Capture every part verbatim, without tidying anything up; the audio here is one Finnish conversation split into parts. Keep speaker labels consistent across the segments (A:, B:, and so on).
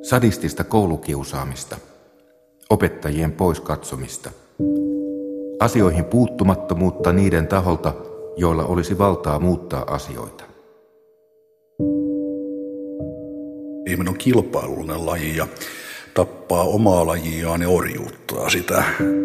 A: Sadistista koulukiusaamista, opettajien poiskatsomista, asioihin puuttumattomuutta niiden taholta, joilla olisi valtaa muuttaa asioita.
B: Ihminen on kilpailullinen laji ja tappaa omaa lajiaan ja orjuuttaa sitä.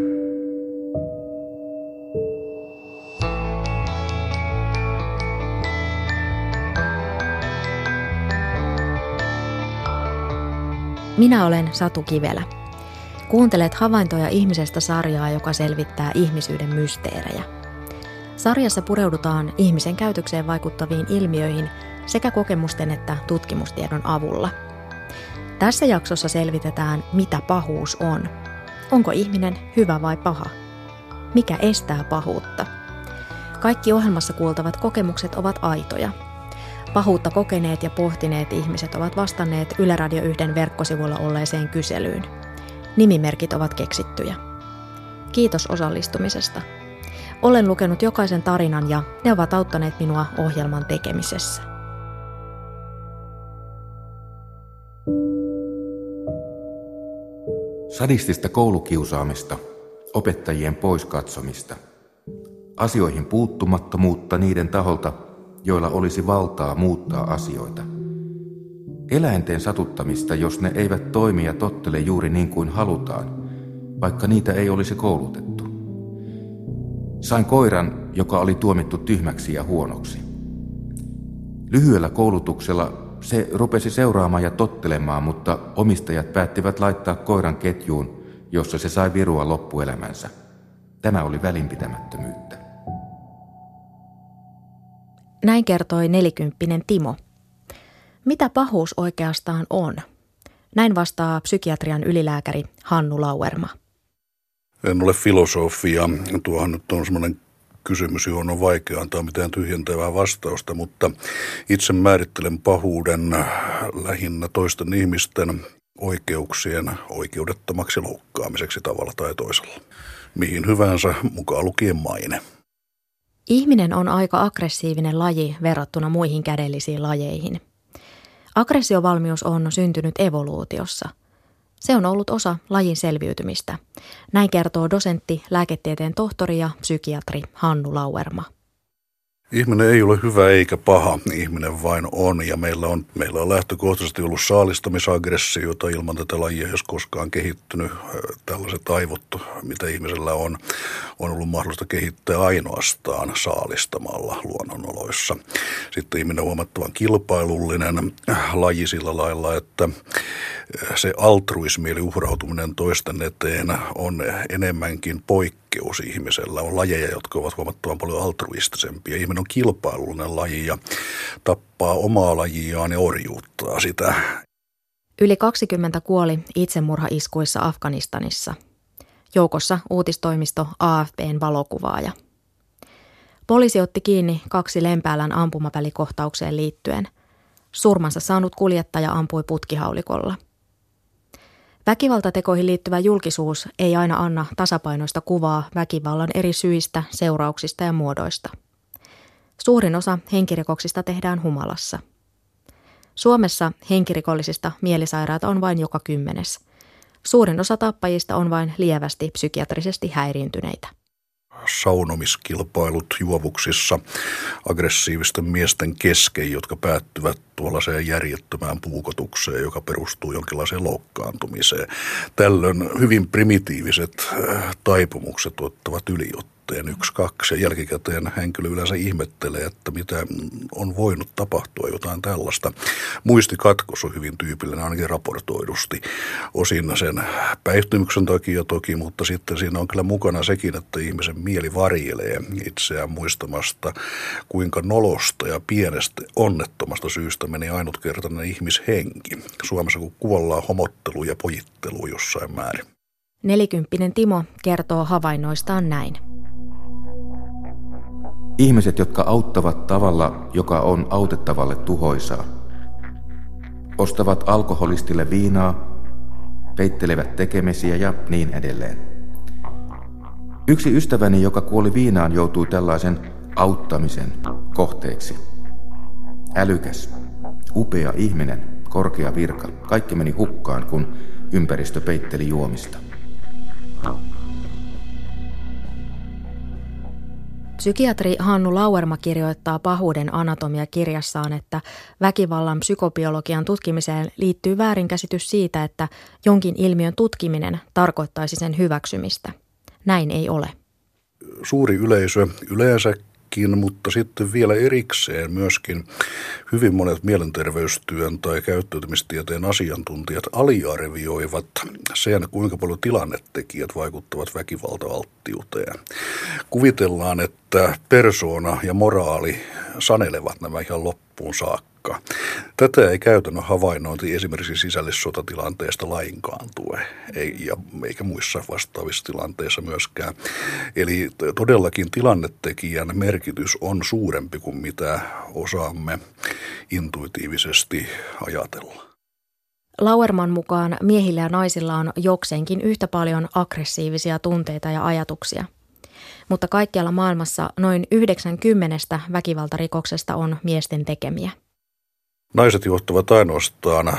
C: Minä olen Satu Kivelä. Kuuntelet Havaintoja ihmisestä -sarjaa, joka selvittää ihmisyyden mysteerejä. Sarjassa pureudutaan ihmisen käytökseen vaikuttaviin ilmiöihin sekä kokemusten että tutkimustiedon avulla. Tässä jaksossa selvitetään, mitä pahuus on. Onko ihminen hyvä vai paha? Mikä estää pahuutta? Kaikki ohjelmassa kuultavat kokemukset ovat aitoja. Pahuutta kokeneet ja pohtineet ihmiset ovat vastanneet Yle Radio yhden verkkosivuilla olleeseen kyselyyn. Nimimerkit ovat keksittyjä. Kiitos osallistumisesta. Olen lukenut jokaisen tarinan ja ne ovat auttaneet minua ohjelman tekemisessä.
A: Sadistista koulukiusaamista, opettajien poiskatsomista, asioihin puuttumattomuutta niiden taholta, joilla olisi valtaa muuttaa asioita. Eläinten satuttamista, jos ne eivät toimi ja tottele juuri niin kuin halutaan, vaikka niitä ei olisi koulutettu. Sain koiran, joka oli tuomittu tyhmäksi ja huonoksi. Lyhyellä koulutuksella se rupesi seuraamaan ja tottelemaan, mutta omistajat päättivät laittaa koiran ketjuun, jossa se sai virua loppuelämänsä. Tämä oli välinpitämättömyyttä.
C: Näin kertoi nelikymppinen Timo. Mitä pahuus oikeastaan on? Näin vastaa psykiatrian ylilääkäri Hannu Lauerma.
B: En ole filosofia. Tuohan nyt on semmoinen kysymys, johon on vaikea antaa mitään tyhjentävää vastausta, mutta itse määrittelen pahuuden lähinnä toisten ihmisten oikeuksien oikeudettomaksi loukkaamiseksi tavalla tai toisella. Mihin hyvänsä, mukaan lukien maine.
C: Ihminen on aika aggressiivinen laji verrattuna muihin kädellisiin lajeihin. Aggressiovalmius on syntynyt evoluutiossa. Se on ollut osa lajin selviytymistä. Näin kertoo dosentti, lääketieteen tohtori ja psykiatri Hannu Lauerma.
B: Ihminen ei ole hyvä eikä paha, ihminen vain on, ja meillä on, meillä on lähtökohtaisesti ollut saalistamisaggressiota ilman tätä lajia, jos koskaan kehittynyt. Tällaiset aivot, mitä ihmisellä on, on ollut mahdollista kehittää ainoastaan saalistamalla luonnonoloissa. Sitten ihminen on huomattavan kilpailullinen laji sillä lailla, että se altruismi eli uhrautuminen toisten eteen on enemmänkin poikkeus ihmisellä. On lajeja, jotka ovat huomattavan paljon altruistisempia. Ihminen on kilpailullinen laji ja tappaa omaa lajiaan ja orjuuttaa sitä.
C: Yli kaksikymmentä kuoli itsemurhaiskuissa Afganistanissa. Joukossa uutistoimisto A F P:n valokuvaaja. Poliisi otti kiinni kaksi Lempäälän ampumapälikohtaukseen liittyen. Surmansa saanut kuljettaja ampui putkihaulikolla. Väkivaltatekoihin liittyvä julkisuus ei aina anna tasapainoista kuvaa väkivallan eri syistä, seurauksista ja muodoista. Suurin osa henkirikoksista tehdään humalassa. Suomessa henkirikollisista mielisairaita on vain joka kymmenes. Suurin osa tappajista on vain lievästi psykiatrisesti häiriintyneitä.
B: Saunomiskilpailut juovuksissa aggressiivisten miesten kesken, jotka päättyvät tuollaiseen järjettömään puukotukseen, joka perustuu jonkinlaiseen loukkaantumiseen. Tällöin hyvin primitiiviset taipumukset ottavat yliotteen yksi, kaksi ja jälkikäteen henkilö yleensä ihmettelee, että mitä on voinut tapahtua jotain tällaista. Muistikatkos on hyvin tyypillinen ainakin raportoidusti. Osin sen päihtymyksen takia toki, mutta sitten siinä on kyllä mukana sekin, että ihmisen mieli varjelee itseään muistamasta, kuinka nolosta ja pienestä onnettomasta syystä meni ainutkertainen ihmishenki. Suomessa kun kuollaan homottelu ja pojittelu jossain määrin.
C: Nelikymppinen Timo kertoo havainnoistaan näin.
A: Ihmiset, jotka auttavat tavalla, joka on autettavalle tuhoisaa. Ostavat alkoholistille viinaa, peittelevät tekemisiä ja niin edelleen. Yksi ystäväni, joka kuoli viinaan, joutui tällaisen auttamisen kohteeksi. Älykäs, upea ihminen, korkea virka, kaikki meni hukkaan, kun ympäristö peitteli juomista.
C: Psykiatri Hannu Lauerma kirjoittaa Pahuuden anatomia -kirjassaan, että väkivallan psykobiologian tutkimiseen liittyy väärinkäsitys siitä, että jonkin ilmiön tutkiminen tarkoittaisi sen hyväksymistä. Näin ei ole.
B: Suuri yleisö yleensäkin, mutta sitten vielä erikseen myöskin hyvin monet mielenterveystyön tai käyttäytymistieteen asiantuntijat aliarvioivat sen, kuinka paljon tilannetekijät vaikuttavat väkivalta-alttiuteen. Kuvitellaan, että persoona ja moraali sanelevat nämä ihan loppuun saakka. Tätä ei käytännön havainnointi esimerkiksi sisällissotatilanteesta lainkaan tue, ei, ja, eikä muissa vastaavissa tilanteissa myöskään. Eli todellakin tilannetekijän merkitys on suurempi kuin mitä osaamme intuitiivisesti ajatella.
C: Lauerman mukaan miehillä ja naisilla on jokseenkin yhtä paljon aggressiivisia tunteita ja ajatuksia. Mutta kaikkialla maailmassa noin yhdeksänkymmentä väkivaltarikoksesta on miesten tekemiä.
B: Naiset johtavat ainoastaan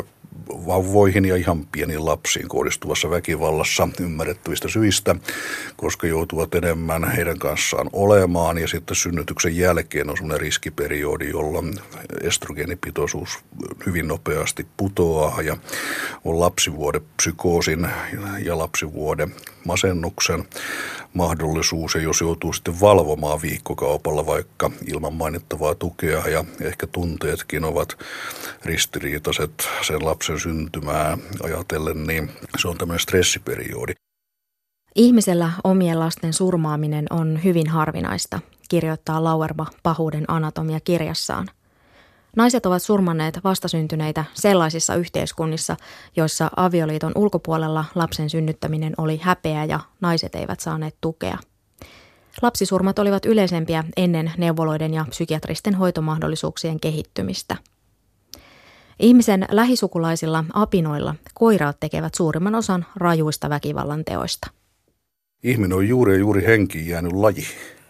B: vauvoihin ja ihan pieniin lapsiin kohdistuvassa väkivallassa ymmärrettävistä syistä, koska joutuvat enemmän heidän kanssaan olemaan, ja sitten synnytyksen jälkeen on sellainen riskiperiodi, jolloin estrogeenipitoisuus hyvin nopeasti putoaa ja on lapsivuoden psykoosin ja lapsivuoden masennuksen mahdollisuus, ja jos joutuu sitten valvomaan viikkokaupalla vaikka ilman mainittavaa tukea ja ehkä tunteetkin ovat ristiriitaiset sen lapsen syntymää ajatellen, niin se on tämmöinen stressiperiodi.
C: Ihmisellä omien lasten surmaaminen on hyvin harvinaista, kirjoittaa Lauerma Pahuuden anatomia -kirjassaan. Naiset ovat surmanneet vastasyntyneitä sellaisissa yhteiskunnissa, joissa avioliiton ulkopuolella lapsen synnyttäminen oli häpeä ja naiset eivät saaneet tukea. Lapsisurmat olivat yleisempiä ennen neuvoloiden ja psykiatristen hoitomahdollisuuksien kehittymistä. Ihmisen lähisukulaisilla apinoilla koiraat tekevät suurimman osan rajuista väkivallan teoista.
B: Ihminen on juuri ja juuri henkiin jäänyt laji.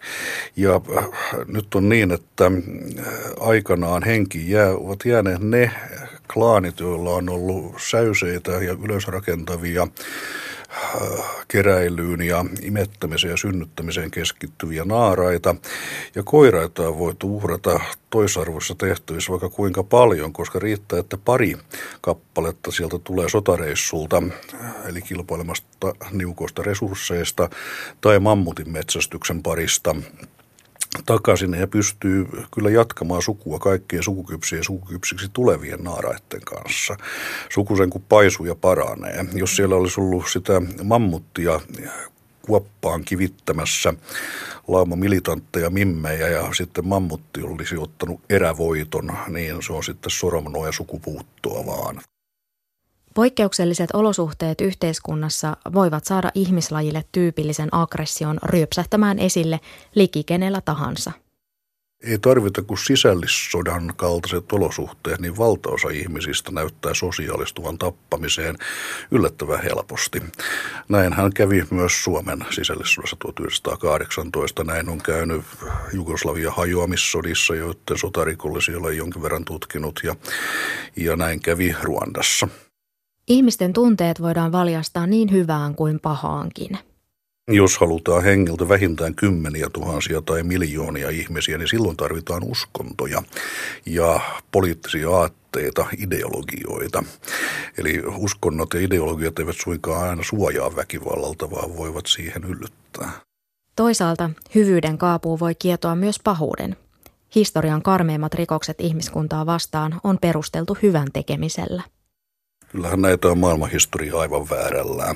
B: Ja äh, nyt on niin, että äh, aikanaan henkiin jää, ovat jääneet ne klaanit, joilla on ollut säyseitä ja ylösrakentavia äh, keräilyyn ja imettämiseen ja synnyttämiseen keskittyviä naaraita. Ja koiraita on voitu uhrata toisarvoissa tehtävissä vaikka kuinka paljon, koska riittää, että pari kappaletta sieltä tulee sotareissulta, eli kilpailemasta niukoista resursseista, tai mammutin metsästyksen parista takaisin, ja pystyy kyllä jatkamaan sukua kaikkien sukukypsien ja sukukypsiksi tulevien naaraiden kanssa. Suku sen kun paisuu ja paranee. Jos siellä olisi ollut sitä mammuttia kuoppaan kivittämässä lauma militantteja mimmejä ja sitten mammutti olisi ottanut erävoiton, niin se on sitten sormanoa ja sukupuuttoa vaan.
C: Poikkeukselliset olosuhteet yhteiskunnassa voivat saada ihmislajille tyypillisen aggression ryöpsähtämään esille liki kenellä tahansa.
B: Ei tarvita kuin sisällissodan kaltaiset olosuhteet, niin valtaosa ihmisistä näyttää sosiaalistuvan tappamiseen yllättävän helposti. Näinhän kävi myös Suomen sisällissodassa tuhatyhdeksänsataakahdeksantoista. Näin on käynyt Jugoslavian hajoamissodissa, joiden sotarikollisia olen jonkin verran tutkinut, ja, ja näin kävi Ruandassa.
C: Ihmisten tunteet voidaan valjastaa niin hyvään kuin pahaankin.
B: Jos halutaan hengiltä vähintään kymmeniä tuhansia tai miljoonia ihmisiä, niin silloin tarvitaan uskontoja ja poliittisia aatteita, ideologioita. Eli uskonnot ja ideologiat eivät suinkaan aina suojaa väkivallalta, vaan voivat siihen yllyttää.
C: Toisaalta hyvyyden kaapuu voi kietoa myös pahuuden. Historian karmeimmat rikokset ihmiskuntaa vastaan on perusteltu hyvän tekemisellä.
B: Kyllähän näitä on maailmanhistoria aivan väärällään.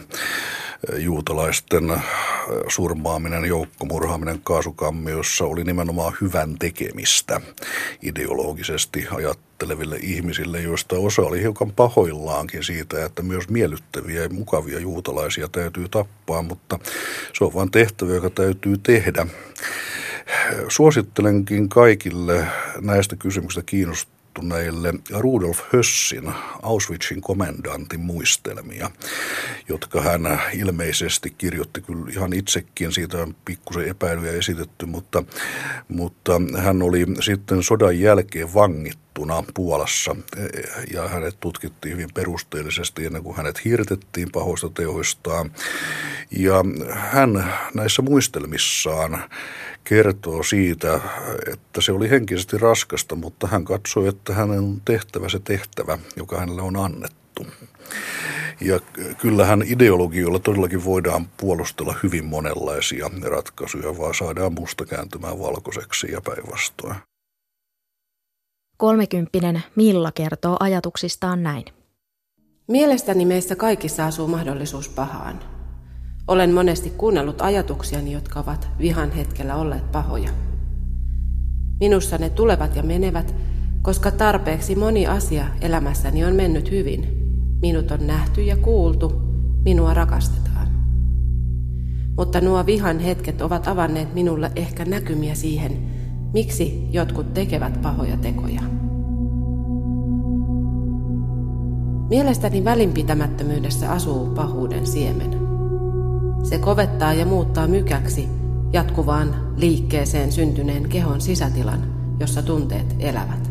B: Juutalaisten surmaaminen, joukkomurhaaminen kaasukammiossa oli nimenomaan hyvän tekemistä ideologisesti ajatteleville ihmisille, joista osa oli hiukan pahoillaankin siitä, että myös miellyttäviä ja mukavia juutalaisia täytyy tappaa, mutta se on vain tehtävä, joka täytyy tehdä. Suosittelenkin kaikille näistä kysymyksistä kiinnostuneille ilmestyneille Rudolf Hössin Auschwitzin komendantin muistelmia, jotka hän ilmeisesti kirjoitti kyllä ihan itsekin, siitä on pikkusen epäilyjä esitetty, mutta, mutta hän oli sitten sodan jälkeen vangittuna Puolassa ja hänet tutkittiin hyvin perusteellisesti ennen kuin hänet hirtettiin pahoista teoistaan. Ja hän näissä muistelmissaan kertoo siitä, että se oli henkisesti raskasta, mutta hän katsoi, että hänen on tehtävä se tehtävä, joka hänelle on annettu. Ja kyllähän ideologioilla todellakin voidaan puolustella hyvin monenlaisia ratkaisuja, vaan saadaan musta kääntymään valkoiseksi ja päinvastoin.
C: Kolmekymppinen Milla kertoo ajatuksistaan näin.
D: Mielestäni meissä kaikissa asuu mahdollisuus pahaan. Olen monesti kuunnellut ajatuksiani, jotka ovat vihan hetkellä olleet pahoja. Minussa ne tulevat ja menevät, koska tarpeeksi moni asia elämässäni on mennyt hyvin. Minut on nähty ja kuultu, minua rakastetaan. Mutta nuo vihan hetket ovat avanneet minulle ehkä näkymiä siihen, miksi jotkut tekevät pahoja tekoja. Mielestäni välinpitämättömyydessä asuu pahuuden siemen. Se kovettaa ja muuttaa mykäksi jatkuvaan liikkeeseen syntyneen kehon sisätilan, jossa tunteet elävät.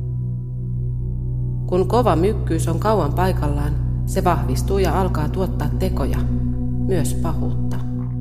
D: Kun kova mykkyys on kauan paikallaan, se vahvistuu ja alkaa tuottaa tekoja, myös pahuutta.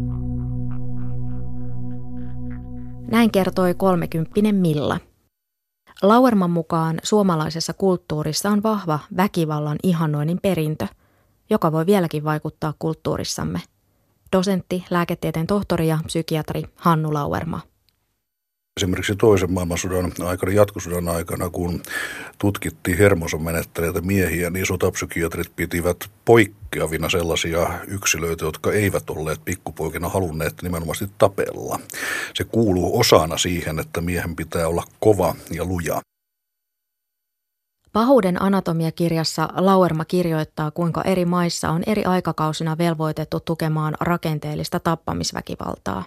C: Näin kertoi kolmekymppinen Milla. Lauerman mukaan suomalaisessa kulttuurissa on vahva väkivallan ihannoinnin perintö, joka voi vieläkin vaikuttaa kulttuurissamme. Dosentti, lääketieteen tohtori ja psykiatri Hannu Lauerma.
B: Esimerkiksi toisen maailmansodan aikana, jatkosodan aikana, kun tutkittiin hermonsa menettäneitä miehiä, niin sotapsykiatrit pitivät poikkeavina sellaisia yksilöitä, jotka eivät olleet pikkupoikina halunneet nimenomaan tapella. Se kuuluu osana siihen, että miehen pitää olla kova ja luja.
C: Pahuuden anatomia-kirjassa Lauerma kirjoittaa, kuinka eri maissa on eri aikakausina velvoitettu tukemaan rakenteellista tappamisväkivaltaa.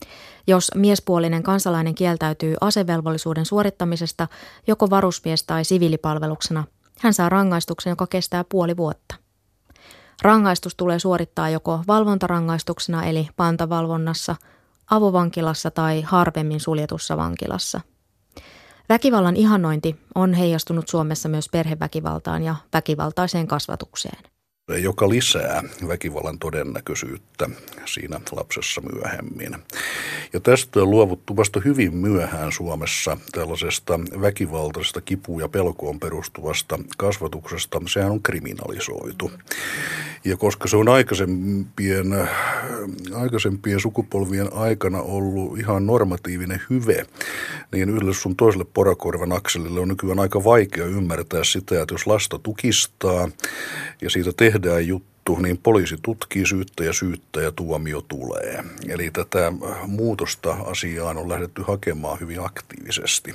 C: Jos miespuolinen kansalainen kieltäytyy asevelvollisuuden suorittamisesta joko varusmies- tai siviilipalveluksena, hän saa rangaistuksen, joka kestää puoli vuotta. Rangaistus tulee suorittaa joko valvontarangaistuksena eli pantavalvonnassa, avovankilassa tai harvemmin suljetussa vankilassa. Väkivallan ihannointi on heijastunut Suomessa myös perheväkivaltaan ja väkivaltaiseen kasvatukseen.
B: Joka lisää väkivallan todennäköisyyttä siinä lapsessa myöhemmin. Ja tästä on luovuttu vasta hyvin myöhään Suomessa tällaisesta väkivaltaisesta kipuun ja pelkoon perustuvasta kasvatuksesta. Sehän on kriminalisoitu. Ja koska se on aikaisempien, aikaisempien sukupolvien aikana ollut ihan normatiivinen hyve, niin yhdelle sun toiselle porakorvan akselille on nykyään aika vaikea ymmärtää sitä, että jos lasta tukistaa ja siitä tehdään juttu, niin poliisi tutkii, syyttäjä syyttää ja tuomio tulee. Eli tätä muutosta asiaan on lähdetty hakemaan hyvin aktiivisesti.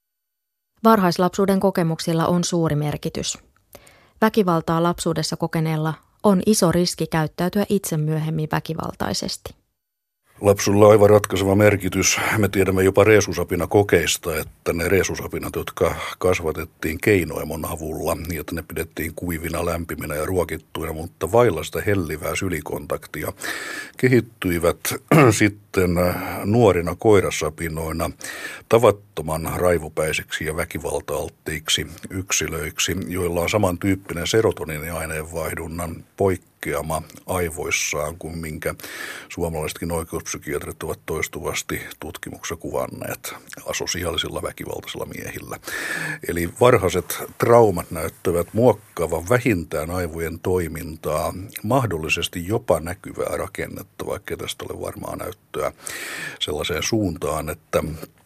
C: Varhaislapsuuden kokemuksilla on suuri merkitys. Väkivaltaa lapsuudessa kokeneella on iso riski käyttäytyä itse myöhemmin väkivaltaisesti.
B: Lapsulla on aivan ratkaiseva merkitys. Me tiedämme jopa rhesusapinakokeista, että ne rhesusapinat, jotka kasvatettiin keinoemon avulla, niin että ne pidettiin kuivina, lämpiminä ja ruokittuina, mutta vailla sitä hellivää sylikontaktia, kehittyivät sitten nuorina koirasapinoina tavattoman raivopäisiksi ja väkivalta-alttiiksi yksilöiksi, joilla on samantyyppinen serotoniiniaineenvaihdunnan poikkeama aivoissaan kuin minkä suomalaisetkin oikeuspsykiatrit ovat toistuvasti tutkimuksessa kuvanneet asosiaalisilla väkivaltaisilla miehillä. Eli varhaiset traumat näyttävät muokkaavan vähintään aivojen toimintaa, mahdollisesti jopa näkyvää rakennetta, vaikka tästä ole varmaa näyttöä sellaiseen suuntaan, että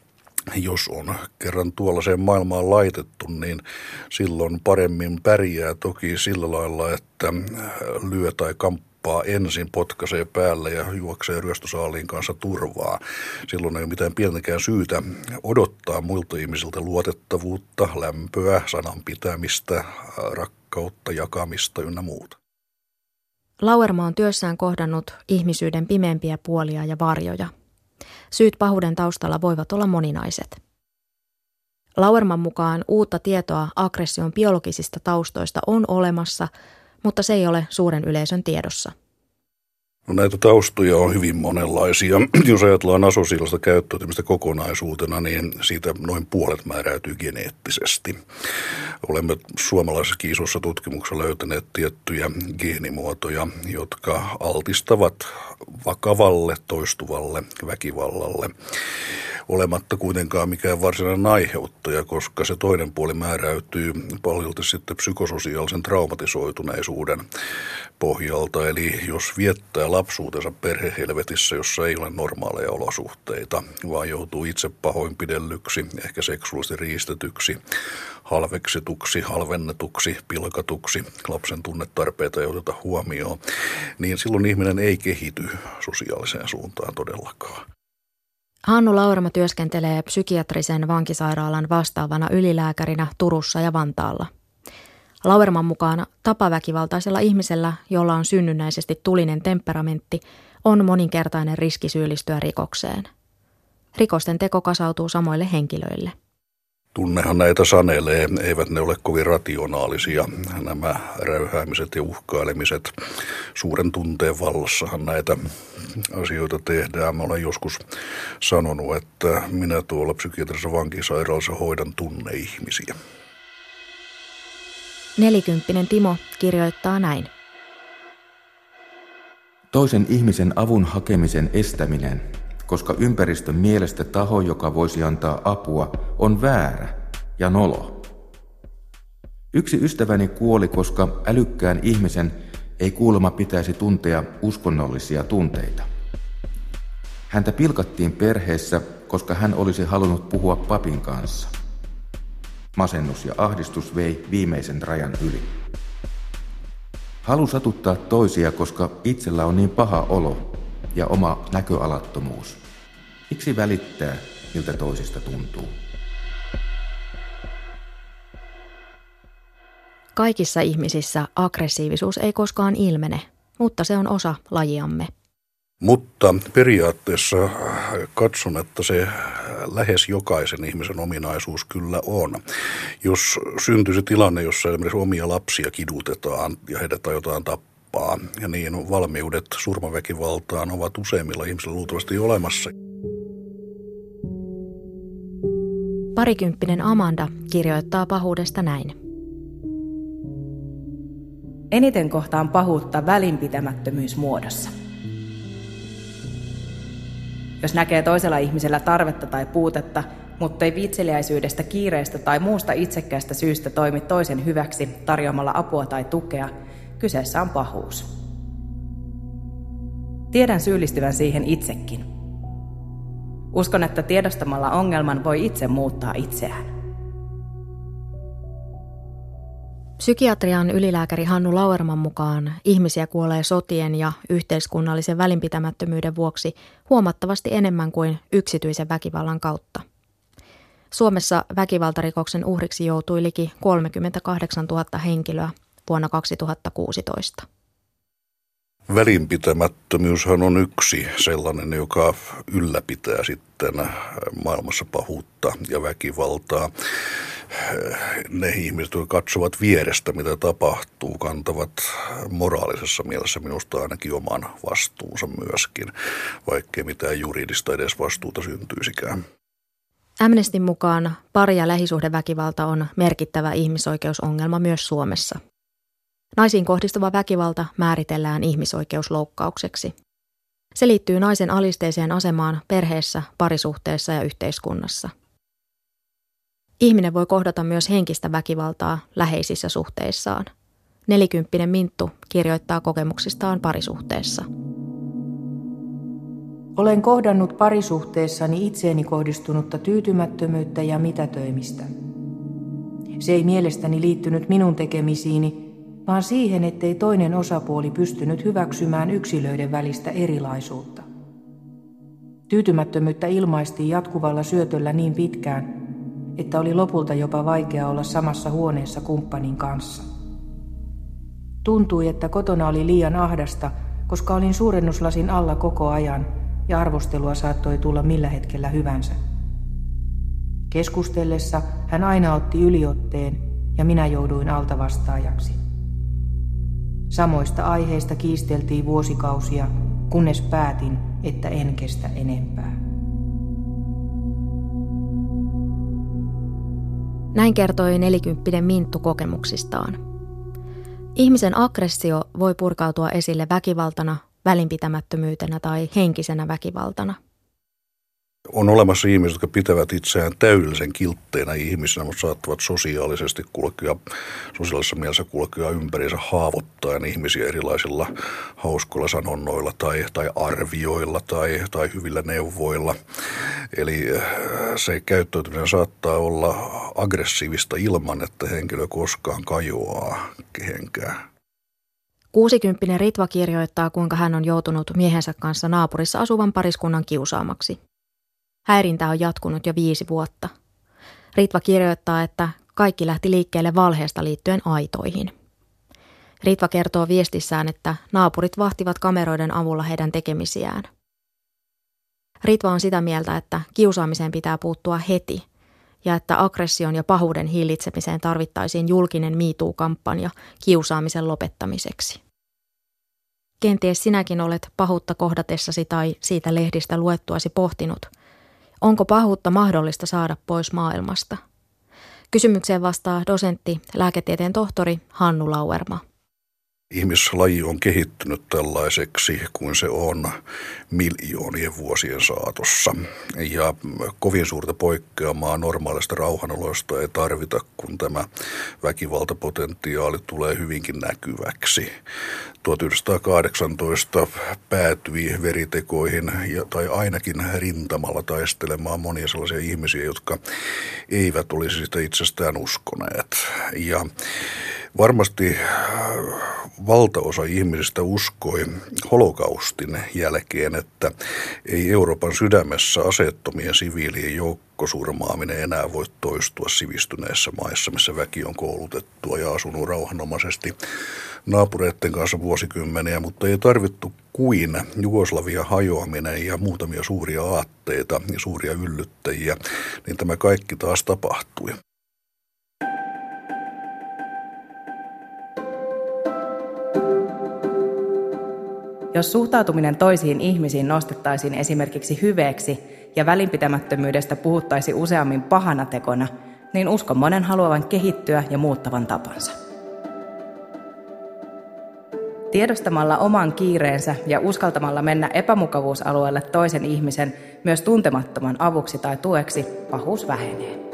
B: jos on kerran tuollaiseen maailmaan laitettu, niin silloin paremmin pärjää toki sillä lailla, että lyö tai kamppaa ensin, potkaisee päälle ja juoksee ryöstösaaliin kanssa turvaa. Silloin ei ole mitään pientäkään syytä odottaa muilta ihmisiltä luotettavuutta, lämpöä, sanan pitämistä, rakkautta, jakamista ynnä muuta.
C: Lauerma on työssään kohdannut ihmisyyden pimeimpiä puolia ja varjoja. Syyt pahuuden taustalla voivat olla moninaiset. Lauerman mukaan uutta tietoa aggression biologisista taustoista on olemassa, mutta se ei ole suuren yleisön tiedossa.
B: No näitä taustoja on hyvin monenlaisia. Jos ajatellaan asosiaalista käyttäytymistä kokonaisuutena, niin siitä noin puolet määräytyy geneettisesti. Olemme suomalaisessa isossa tutkimuksessa löytäneet tiettyjä geenimuotoja, jotka altistavat vakavalle, toistuvalle väkivallalle, olematta kuitenkaan mikään varsinainen aiheuttaja, koska se toinen puoli määräytyy paljolti sitten psykososiaalisen traumatisoituneisuuden pohjalta. Eli jos viettää lapsuutensa perhehelvetissä, jossa ei ole normaaleja olosuhteita, vaan joutuu itse pahoinpidellyksi, ehkä seksuaalisesti riistetyksi, halveksituksi, halvennetuksi, pilkatuksi, lapsen tunnetarpeita ei oteta huomioon, niin silloin ihminen ei kehity sosiaaliseen suuntaan todellakaan.
C: Hannu Lauerma työskentelee psykiatrisen vankisairaalan vastaavana ylilääkärinä Turussa ja Vantaalla. Lauerman mukaan tapaväkivaltaisella ihmisellä, jolla on synnynnäisesti tulinen temperamentti, on moninkertainen riski syyllistyä rikokseen. Rikosten teko kasautuu samoille henkilöille.
B: Tunnehan näitä sanelee, eivät ne ole kovin rationaalisia, nämä räyhäämiset ja uhkailemiset. Suuren tunteen vallassahan näitä asioita tehdään. Mä olen joskus sanonut, että minä tuolla psykiatrisessa vankisairaalassa hoidan tunneihmisiä.
C: Nelikymppinen Timo kirjoittaa näin.
A: Toisen ihmisen avun hakemisen estäminen, koska ympäristön mielestä taho, joka voisi antaa apua, on väärä ja nolo. Yksi ystäväni kuoli, koska älykkään ihmisen ei kuulemma pitäisi tuntea uskonnollisia tunteita. Häntä pilkattiin perheessä, koska hän olisi halunnut puhua papin kanssa. Masennus ja ahdistus vei viimeisen rajan yli. Halu satuttaa toisia, koska itsellä on niin paha olo ja oma näköalattomuus. Miksi välittää, miltä toisista tuntuu?
C: Kaikissa ihmisissä aggressiivisuus ei koskaan ilmene, mutta se on osa lajiamme.
B: Mutta periaatteessa katson, että se lähes jokaisen ihmisen ominaisuus kyllä on. Jos syntyisi tilanne, jossa esimerkiksi omia lapsia kidutetaan ja heidät aiotaan tappaa, niin valmiudet surmaväkivaltaan ovat useimmilla ihmisillä luultavasti olemassa.
C: Parikymppinen Amanda kirjoittaa pahuudesta näin.
E: Eniten kohtaan pahuutta välinpitämättömyysmuodossa. Jos näkee toisella ihmisellä tarvetta tai puutetta, mutta ei viitseliäisyydestä, kiireestä tai muusta itsekkäästä syystä toimi toisen hyväksi tarjoamalla apua tai tukea, kyseessä on pahuus. Tiedän syyllistyvän siihen itsekin. Uskon, että tiedostamalla ongelman voi itse muuttaa itseään.
C: Psykiatrian ylilääkäri Hannu Lauerman mukaan ihmisiä kuolee sotien ja yhteiskunnallisen välinpitämättömyyden vuoksi huomattavasti enemmän kuin yksityisen väkivallan kautta. Suomessa väkivaltarikoksen uhriksi joutui liki kolmekymmentäkahdeksantuhatta henkilöä vuonna kaksituhattakuusitoista.
B: Välinpitämättömyyshän on yksi sellainen, joka ylläpitää sitten maailmassa pahuutta ja väkivaltaa. Ne ihmiset, jotka katsovat vierestä, mitä tapahtuu, kantavat moraalisessa mielessä minusta ainakin oman vastuunsa myöskin, vaikkei mitään juridista edes vastuuta syntyisikään.
C: Amnestyn mukaan pari- ja lähisuhdeväkivalta on merkittävä ihmisoikeusongelma myös Suomessa. Naisiin kohdistuva väkivalta määritellään ihmisoikeusloukkaukseksi. Se liittyy naisen alisteiseen asemaan perheessä, parisuhteessa ja yhteiskunnassa. Ihminen voi kohdata myös henkistä väkivaltaa läheisissä suhteissaan. Nelikymppinen Minttu kirjoittaa kokemuksistaan parisuhteessa.
F: Olen kohdannut parisuhteessani itseeni kohdistunutta tyytymättömyyttä ja mitätöimistä. Se ei mielestäni liittynyt minun tekemisiini, vaan siihen, ettei toinen osapuoli pystynyt hyväksymään yksilöiden välistä erilaisuutta. Tyytymättömyyttä ilmaistiin jatkuvalla syötöllä niin pitkään, että oli lopulta jopa vaikea olla samassa huoneessa kumppanin kanssa. Tuntui, että kotona oli liian ahdasta, koska olin suurennuslasin alla koko ajan ja arvostelua saattoi tulla millä hetkellä hyvänsä. Keskustellessa hän aina otti yliotteen ja minä jouduin altavastaajaksi. Samoista aiheista kiisteltiin vuosikausia, kunnes päätin, että en kestä enempää.
C: Näin kertoi nelikymppinen Minttu kokemuksistaan. Ihmisen aggressio voi purkautua esille väkivaltana, välinpitämättömyytenä tai henkisenä väkivaltana.
B: On olemassa ihmiset, jotka pitävät itseään täydellisen kiltteinä ihmisinä, mutta saattavat sosiaalisesti kulkea, sosiaalisessa mielessä kulkea ympäriinsä haavoittaen ihmisiä erilaisilla hauskoilla sanonnoilla tai, tai arvioilla tai, tai hyvillä neuvoilla. Eli se käyttäytyminen saattaa olla aggressiivista ilman, että henkilö koskaan kajoaa kehenkään.
C: Kuusikymppinen Ritva kirjoittaa, kuinka hän on joutunut miehensä kanssa naapurissa asuvan pariskunnan kiusaamaksi. Häirintä on jatkunut jo viisi vuotta. Ritva kirjoittaa, että kaikki lähti liikkeelle valheesta liittyen aitoihin. Ritva kertoo viestissään, että naapurit vahtivat kameroiden avulla heidän tekemisiään. Ritva on sitä mieltä, että kiusaamiseen pitää puuttua heti ja että aggression ja pahuuden hillitsemiseen tarvittaisiin julkinen Me Too-kampanja kiusaamisen lopettamiseksi. Kenties sinäkin olet pahuutta kohdatessasi tai siitä lehdistä luettuasi pohtinut, onko pahuutta mahdollista saada pois maailmasta? Kysymykseen vastaa dosentti, lääketieteen tohtori Hannu Lauerma.
B: Ihmislaji on kehittynyt tällaiseksi kuin se on miljoonien vuosien saatossa. Ja kovin suurta poikkeamaa normaalista rauhanoloista ei tarvita, kun tämä väkivaltapotentiaali tulee hyvinkin näkyväksi. tuhatyhdeksänsataakahdeksantoista päätyi veritekoihin tai ainakin rintamalla taistelemaan monia sellaisia ihmisiä, jotka eivät olisi sitä itsestään uskoneet. Ja varmasti valtaosa ihmisistä uskoi holokaustin jälkeen, että ei Euroopan sydämessä aseettomien siviilien joukkosurmaaminen enää voi toistua sivistyneissä maissa, missä väki on koulutettua ja asunut rauhanomaisesti naapureiden kanssa vuosikymmeniä, mutta ei tarvittu kuin Jugoslavian hajoaminen ja muutamia suuria aatteita ja suuria yllyttäjiä, niin tämä kaikki taas tapahtui.
E: Jos suhtautuminen toisiin ihmisiin nostettaisiin esimerkiksi hyveeksi ja välinpitämättömyydestä puhuttaisi useammin pahana tekona, niin uskon monen haluavan kehittyä ja muuttavan tapansa. Tiedostamalla oman kiireensä ja uskaltamalla mennä epämukavuusalueelle toisen ihmisen, myös tuntemattoman avuksi tai tueksi, pahuus vähenee.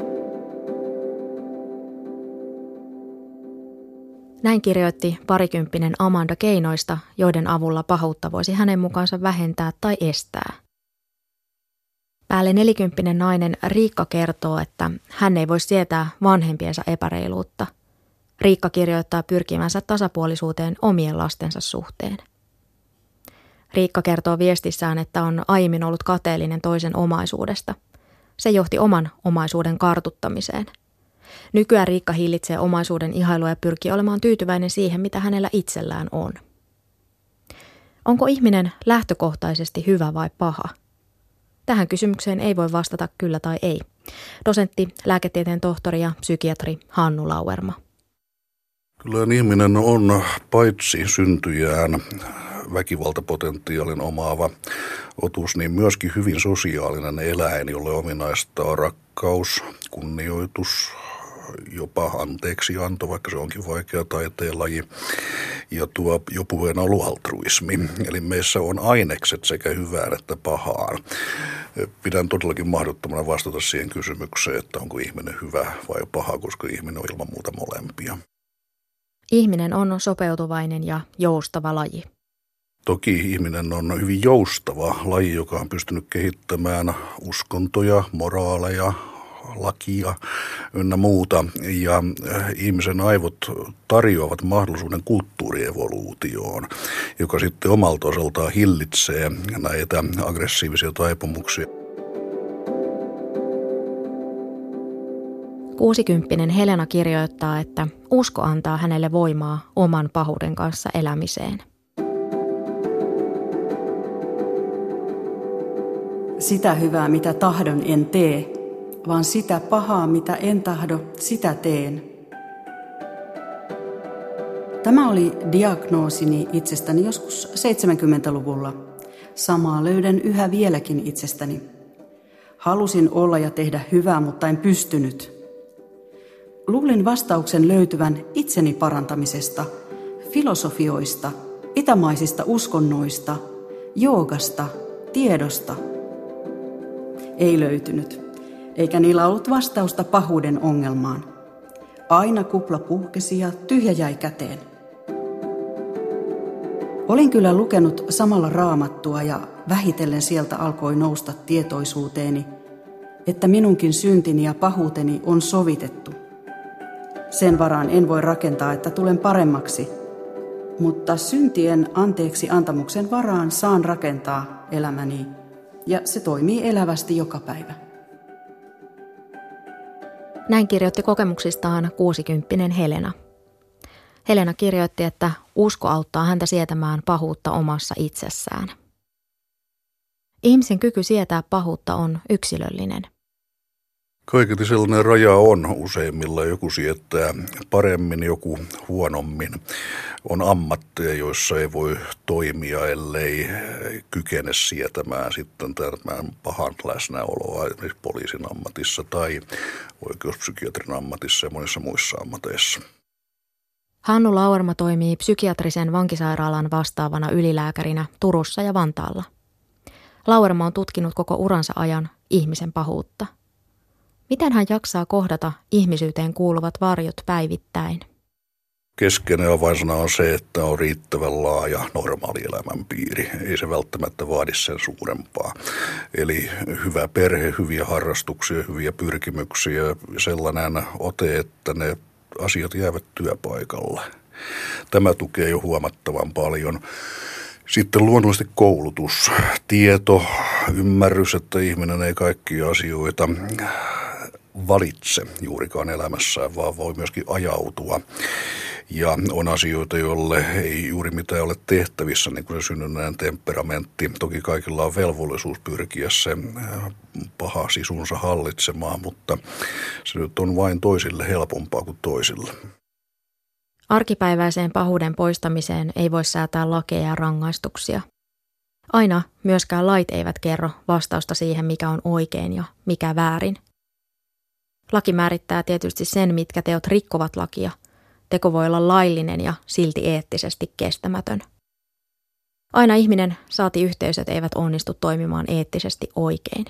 C: Näin kirjoitti parikymppinen Amanda keinoista, joiden avulla pahuutta voisi hänen mukaansa vähentää tai estää. Päälle nelikymppinen nainen Riikka kertoo, että hän ei voi sietää vanhempiensa epäreiluutta. Riikka kirjoittaa pyrkimänsä tasapuolisuuteen omien lastensa suhteen. Riikka kertoo viestissään, että on aiemmin ollut kateellinen toisen omaisuudesta. Se johti oman omaisuuden kartuttamiseen. Nykyään Riikka hillitsee omaisuuden ihailua ja pyrkii olemaan tyytyväinen siihen, mitä hänellä itsellään on. Onko ihminen lähtökohtaisesti hyvä vai paha? Tähän kysymykseen ei voi vastata kyllä tai ei. Dosentti, lääketieteen tohtori ja psykiatri Hannu Lauerma.
B: Kyllä ihminen on paitsi syntyjään väkivaltapotentiaalin omaava otus, niin myöskin hyvin sosiaalinen eläin, jolle ominaista on rakkaus, kunnioitus, jopa anteeksianto, vaikka se onkin vaikea taiteenlaji, ja tuo jo puheen ollut altruismi. Eli meissä on ainekset sekä hyvään että pahaan. Pidän todellakin mahdottomana vastata siihen kysymykseen, että onko ihminen hyvä vai paha, koska ihminen on ilman muuta molempia.
C: Ihminen on sopeutuvainen ja joustava laji.
B: Toki ihminen on hyvin joustava laji, joka on pystynyt kehittämään uskontoja, moraaleja, lakia ynnä muuta. Ja ihmisen aivot tarjoavat mahdollisuuden kulttuurievoluutioon, joka sitten omalta osaltaan hillitsee näitä aggressiivisia taipumuksia.
C: Kuusikymppinen Helena kirjoittaa, että usko antaa hänelle voimaa oman pahuuden kanssa elämiseen.
G: Sitä hyvää, mitä tahdon, en tee. vaan sitä pahaa, mitä en tahdo, sitä teen. Tämä oli diagnoosini itsestäni joskus seitsemänkymmentäluvulla. Samaa löydän yhä vieläkin itsestäni. Halusin olla ja tehdä hyvää, mutta en pystynyt. Luulin vastauksen löytyvän itseni parantamisesta, filosofioista, itämaisista uskonnoista, joogasta, tiedosta. Ei löytynyt, eikä niillä ollut vastausta pahuuden ongelmaan. Aina kupla puhkesi ja tyhjä jäi käteen. Olin kyllä lukenut samalla Raamattua ja vähitellen sieltä alkoi nousta tietoisuuteeni, että minunkin syntini ja pahuuteni on sovitettu. Sen varaan en voi rakentaa, että tulen paremmaksi, mutta syntien anteeksi antamuksen varaan saan rakentaa elämäni ja se toimii elävästi joka päivä.
C: Näin kirjoitti kokemuksistaan kuusikymppinen Helena. Helena kirjoitti, että usko auttaa häntä sietämään pahuutta omassa itsessään. Ihmisen kyky sietää pahuutta on yksilöllinen.
B: Kaiketi sellainen raja on useimmilla. Joku sietää paremmin, joku huonommin. On ammatteja, joissa ei voi toimia, ellei kykene sietämään sitten tämän pahan läsnäoloa esimerkiksi poliisin ammatissa tai oikeuspsykiatrin ammatissa ja monissa muissa ammateissa.
C: Hannu Lauerma toimii psykiatrisen vankisairaalan vastaavana ylilääkärinä Turussa ja Vantaalla. Lauerma on tutkinut koko uransa ajan ihmisen pahuutta. Miten hän jaksaa kohdata ihmisyyteen kuuluvat varjot päivittäin?
B: Keskeinen avainsana on se, että on riittävän laaja normaali elämänpiiri. Ei se välttämättä vaadi sen suurempaa. Eli hyvä perhe, hyviä harrastuksia, hyviä pyrkimyksiä, sellainen ote, että ne asiat jäävät työpaikalle. Tämä tukee jo huomattavan paljon. Sitten luonnollisesti koulutus, tieto, ymmärrys, että ihminen ei kaikkia asioita valitse juurikaan elämässään, vaan voi myöskin ajautua. Ja on asioita, joille ei juuri mitään ole tehtävissä, niin kuin se synnynnäinen temperamentti. Toki kaikilla on velvollisuus pyrkiä se paha sisunsa hallitsemaan, mutta se nyt on vain toisille helpompaa kuin toisille.
C: Arkipäiväiseen pahuuden poistamiseen ei voi säätää lakeja ja rangaistuksia. Aina myöskään lait eivät kerro vastausta siihen, mikä on oikein ja mikä väärin. Laki määrittää tietysti sen, mitkä teot rikkovat lakia. Teko voi olla laillinen ja silti eettisesti kestämätön. Aina ihminen saati yhteisöt eivät onnistu toimimaan eettisesti oikein.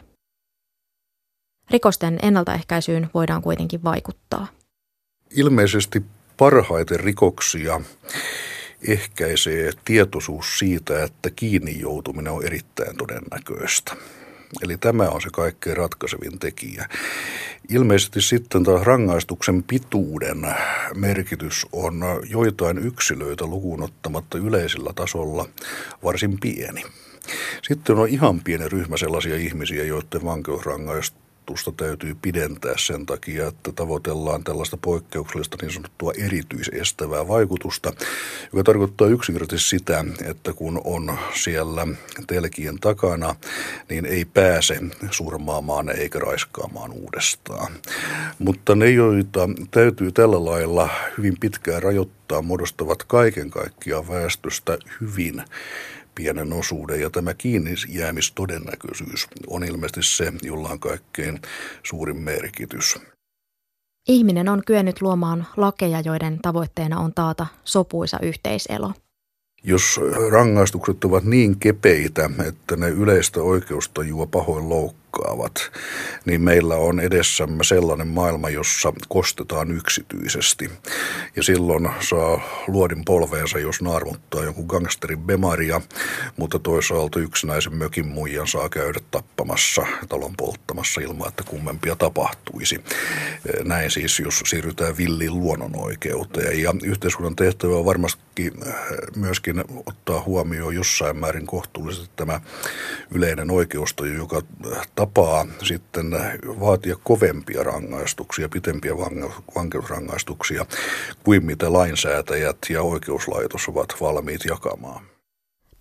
C: Rikosten ennaltaehkäisyyn voidaan kuitenkin vaikuttaa.
B: Ilmeisesti parhaiten rikoksia ehkäisee tietoisuus siitä, että kiinni joutuminen on erittäin todennäköistä. Eli tämä on se kaikkein ratkaisevin tekijä. Ilmeisesti sitten taas rangaistuksen pituuden merkitys on joitain yksilöitä lukuun ottamatta yleisellä tasolla varsin pieni. Sitten on ihan pieni ryhmä sellaisia ihmisiä, joiden vankeusrangaistusta täytyy pidentää sen takia, että tavoitellaan tällaista poikkeuksellista niin sanottua erityisestävää vaikutusta, joka tarkoittaa yksinkertaisesti sitä, että kun on siellä telkien takana, niin ei pääse surmaamaan eikä raiskaamaan uudestaan. Mutta ne, joita täytyy tällä lailla hyvin pitkään rajoittaa, muodostavat kaiken kaikkiaan väestöstä hyvin pienen osuuden, ja tämä kiinni jäämistodennäköisyys on ilmeisesti se, jolla on kaikkein suurin merkitys.
C: Ihminen on kyennyt luomaan lakeja, joiden tavoitteena on taata sopuisa yhteiselo.
B: Jos rangaistukset ovat niin kepeitä, että ne yleistä oikeustajua pahoin loukkaavat, niin meillä on edessämme sellainen maailma, jossa kostetaan yksityisesti. Ja silloin saa luodin polveensa, jos naarmuttaa jonkun gangsterin bemaria, mutta toisaalta yksinäisen mökin muijan saa käydä tappamassa, talon polttamassa ilman, että kummempia tapahtuisi. Näin siis, jos siirrytään villiin luonnonoikeuteen. Ja yhteiskunnan tehtävä on varmasti myöskin ottaa huomioon jossain määrin kohtuullisesti tämä yleinen oikeustaju, joka tapaa sitten vaatia kovempia rangaistuksia, pitempiä vankeusrangaistuksia kuin mitä lainsäätäjät ja oikeuslaitos ovat valmiit jakamaan.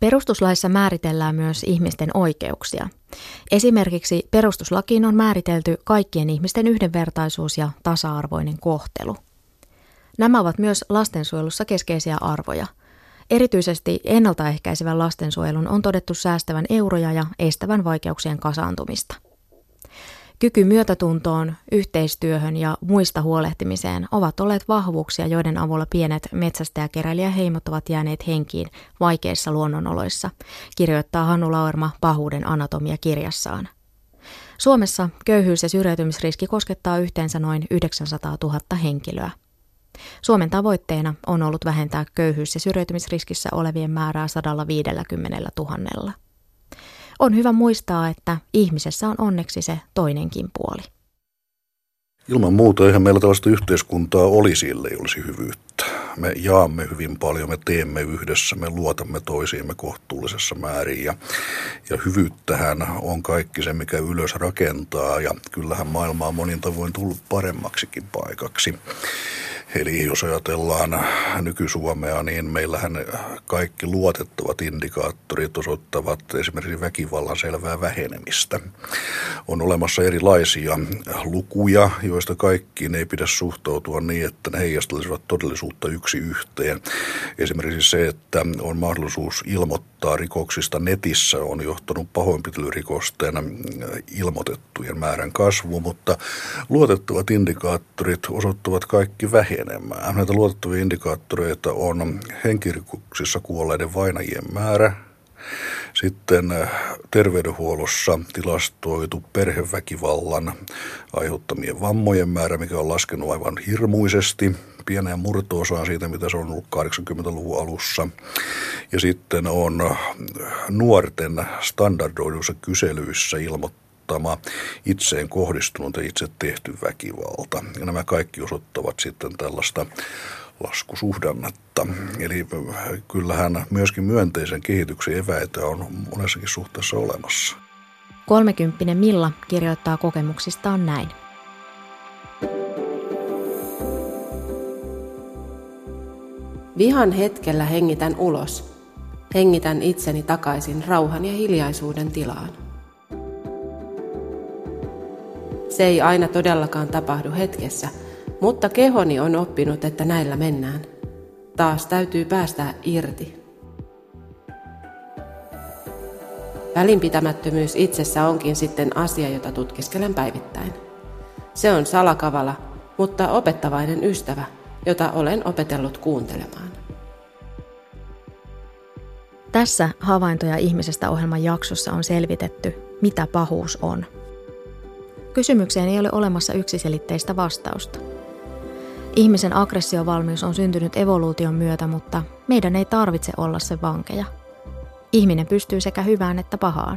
C: Perustuslaissa määritellään myös ihmisten oikeuksia. Esimerkiksi perustuslakiin on määritelty kaikkien ihmisten yhdenvertaisuus ja tasa-arvoinen kohtelu. Nämä ovat myös lastensuojelussa keskeisiä arvoja. Erityisesti ennaltaehkäisevän lastensuojelun on todettu säästävän euroja ja estävän vaikeuksien kasaantumista. Kyky myötätuntoon, yhteistyöhön ja muista huolehtimiseen ovat olleet vahvuuksia, joiden avulla pienet metsästäjäkeräilijäheimot ovat jääneet henkiin vaikeissa luonnonoloissa, kirjoittaa Hannu Lauerma Pahuuden anatomia -kirjassaan. Suomessa köyhyys- ja syrjäytymisriski koskettaa yhteensä noin yhdeksänsataatuhatta henkilöä. Suomen tavoitteena on ollut vähentää köyhyys- ja syrjäytymisriskissä olevien määrää sata viisikymmentätuhatta. On hyvä muistaa, että ihmisessä on onneksi se toinenkin puoli.
B: Ilman muuta eihän meillä tällaista yhteiskuntaa olisi, ellei olisi hyvyyttä. Me jaamme hyvin paljon, me teemme yhdessä, me luotamme toisiimme kohtuullisessa määrin ja, ja hyvyyttähän on kaikki se, mikä ylös rakentaa ja kyllähän maailma on monin tavoin tullut paremmaksikin paikaksi. Eli jos ajatellaan nyky-Suomea, niin meillähän kaikki luotettavat indikaattorit osoittavat esimerkiksi väkivallan selvää vähenemistä. On olemassa erilaisia lukuja, joista kaikkiin ei pidä suhtautua niin, että ne heijastelisivat todellisuutta yksi yhteen. Esimerkiksi se, että on mahdollisuus ilmoittaa rikoksista netissä, on johtanut pahoinpitelyrikosten ilmoitettujen määrän kasvuun, mutta luotettavat indikaattorit osoittavat kaikki vähenemään. Näitä luotettavia indikaattoreita on henkirikoksissa kuolleiden vainajien määrä, sitten terveydenhuollossa tilastoitu perheväkivallan aiheuttamien vammojen määrä, mikä on laskenut aivan hirmuisesti, pieneen murto-osaan siitä, mitä se on ollut kahdeksankymmentäluvun alussa. Ja sitten on nuorten standardoiduissa kyselyissä ilmoittanut itseen kohdistunut ja itse tehty väkivalta. Ja nämä kaikki osoittavat sitten tällaista laskusuhdannetta. Eli kyllähän myöskin myönteisen kehityksen eväitä on monessakin suhteessa olemassa.
C: Kolmekymppinen Milla kirjoittaa kokemuksistaan näin.
D: Vihan hetkellä hengitän ulos. Hengitän itseni takaisin rauhan ja hiljaisuuden tilaan. Se ei aina todellakaan tapahdu hetkessä, mutta kehoni on oppinut, että näillä mennään. Taas täytyy päästää irti. Välinpitämättömyys itsessä onkin sitten asia, jota tutkiskelen päivittäin. Se on salakavala, mutta opettavainen ystävä, jota olen opetellut kuuntelemaan.
C: Tässä Havaintoja ihmisestä -ohjelman jaksossa on selvitetty, mitä pahuus on. Kysymykseen ei ole olemassa yksiselitteistä vastausta. Ihmisen aggressiovalmius on syntynyt evoluution myötä, mutta meidän ei tarvitse olla sen vankeja. Ihminen pystyy sekä hyvään että pahaan.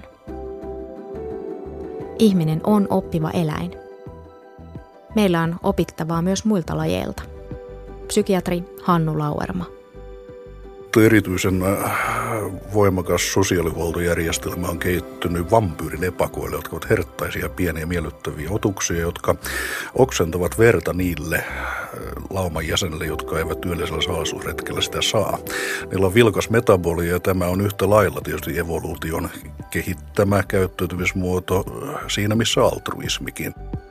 C: Ihminen on oppiva eläin. Meillä on opittavaa myös muilta lajeilta. Psykiatri Hannu Lauerma.
B: Erityisen voimakas sosiaalihuoltojärjestelmä on kehittynyt vampyyrin epakoille, jotka ovat herttaisia, pieniä, miellyttäviä otuksia, jotka oksentavat verta niille lauman jäsenille, jotka eivät työllisellä salaisuusretkellä sitä saa. Niillä on vilkas metabolia ja tämä on yhtä lailla tietysti evoluution kehittämä käyttäytymismuoto siinä missä altruismikin.